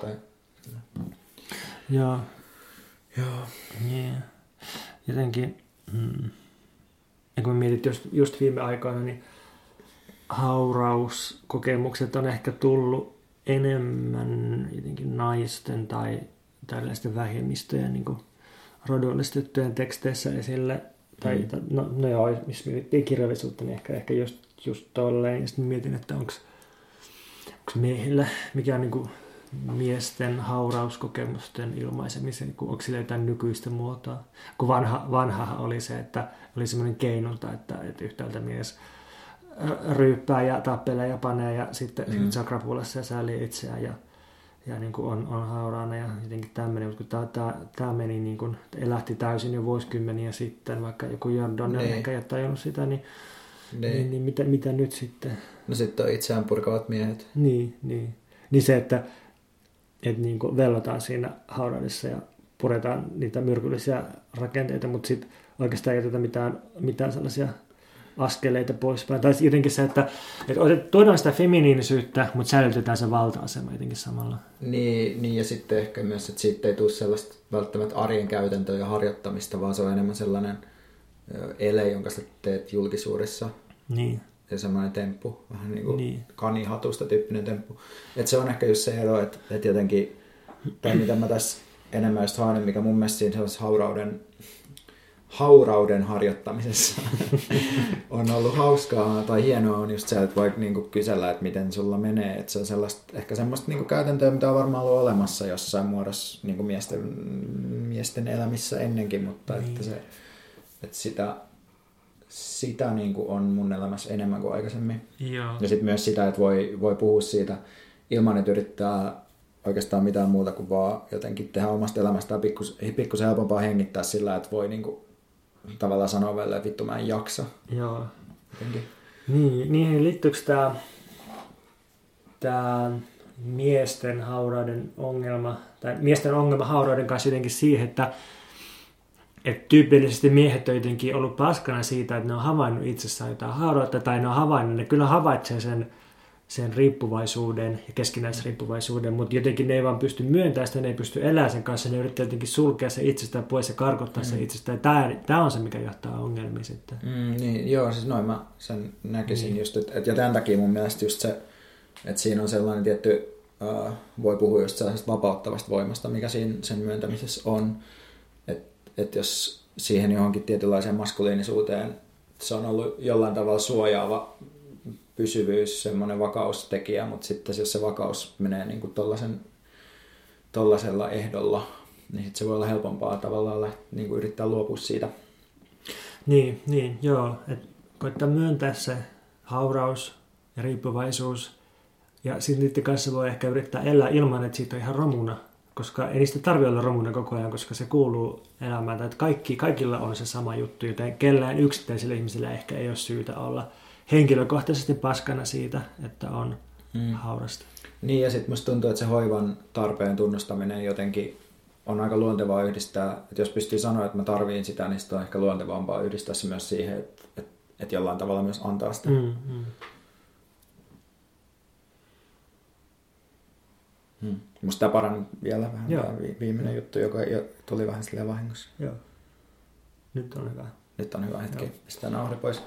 Joo. Yeah. Jotenkin, ja kun mietit just viime aikoina, niin haurauskokemukset on ehkä tullut enemmän jotenkin naisten tai tällaisten vähemmistöjen niin rodullistettujen teksteissä esille. No joo, missä mietittiin kirjallisuutta, niin ehkä just tolleen. Ja sitten mietin, että onko miehillä, mikä on niin kuin miesten haurauskokemusten ilmaisemisen, onko sillä jotain nykyistä muotoa. Kun vanhahan oli se, että oli semmoinen keinonta, että yhtäältä mies ryyppää ja tappelee ja panee ja sitten se on krapulassa ja säälii itseään ja niin kuin on hauraana ja jotenkin tämmöinen, mutta tämä meni niin kuin, elähti täysin jo vuosikymmeniä sitten, vaikka joku Jordan on ehkä ei tajunnut sitä, niin mitä nyt sitten? No sitten on itseään purkavat miehet. Niin se, että niin kuin vellotaan siinä hauraudessa ja puretaan niitä myrkyllisiä rakenteita, mutta sitten oikeastaan ei jätetä mitään sellaisia askeleita poispäin. Tai jotenkin se, että tuodaan sitä feminiinisyyttä, mutta säilytetään se valta-asema jotenkin samalla. Niin, ja sitten ehkä myös, että siitä ei tule sellaista välttämättä arjen käytäntöä ja harjoittamista, vaan se on enemmän sellainen ele, jonka sä teet julkisuudessa. Niin. Ja semmoinen temppu, vähän niin kuin kanihatusta tyyppinen temppu. Että se on ehkä just se ero, että jotenkin, tai mitä mä tässä enemmän just haen, mikä mun mielestä siinä sellaisessa haurauden harjoittamisessa on ollut hauskaa tai hienoa on just se, että voi niinku kysellä, että miten sulla menee. Että se on ehkä semmoista niinku käytäntöä, mitä on varmaan ollut olemassa jossain muodossa niinku miesten elämissä ennenkin, mutta että sitä niinku on mun elämässä enemmän kuin aikaisemmin. Joo. Ja sitten myös sitä, että voi puhua siitä ilman, että yrittää oikeastaan mitään muuta kuin vaan jotenkin tehdä omasta elämästään pikkusen helpompaa hengittää sillä, että voi niinku tavallaan sanoa vielä, että vittu mä en jaksa. Joo. Jotenkin. Niin liittyykö tämä miesten haurauden ongelma, tai miesten ongelma haurauden kanssa jotenkin siihen, että tyypillisesti miehet on jotenkin ollut paskana siitä, että ne on havainnut itsessään jotain haurautta, tai ne kyllä havaitsee sen riippuvaisuuden ja keskinäisriippuvaisuuden, mutta jotenkin ne ei vaan pysty myöntämään sitä, ne ei pysty elämään sen kanssa, ne yrittää jotenkin sulkea se itsestään pois ja karkottaa se itsestään. Tämä on se, mikä johtaa ongelmiin sitten. Siis noin mä sen näkisin just, ja tämän takia mun mielestä just se, että siinä on sellainen tietty, voi puhua just sellaisesta vapauttavasta voimasta, mikä siinä sen myöntämisessä on, että jos siihen johonkin tietynlaiseen maskuliinisuuteen se on ollut jollain tavalla suojaava pysyvyys, semmoinen vakaustekijä, mutta sitten jos se vakaus menee niin kuin tollasella ehdolla, niin sitten se voi olla helpompaa tavallaan niin kuin yrittää luopua siitä. Niin, joo. Että koittaa myöntää se hauraus ja riippuvaisuus, ja sitten niiden kanssa voi ehkä yrittää elää ilman, että siitä on ihan romuna, koska ei niistä tarvitse olla romuna koko ajan, koska se kuuluu elämään, tai että kaikilla on se sama juttu, joten kellään yksittäisillä ihmisillä ehkä ei ole syytä olla henkilökohtaisesti paskana siitä, että on haurasta. Niin, ja sitten musta tuntuu, että se hoivan tarpeen tunnustaminen jotenkin on aika luontevaa yhdistää, että jos pystyy sanoa, että mä tarviin sitä, niin sitä on ehkä luontevampaa yhdistää se myös siihen, että jollain tavalla myös antaa sitä. Musta tämä parani vielä vähän tämä viimeinen juttu, joka tuli vähän silleen vahingossa. Joo. Nyt on hyvä. Nyt on hyvä hetki. Pistetään nauhri pois.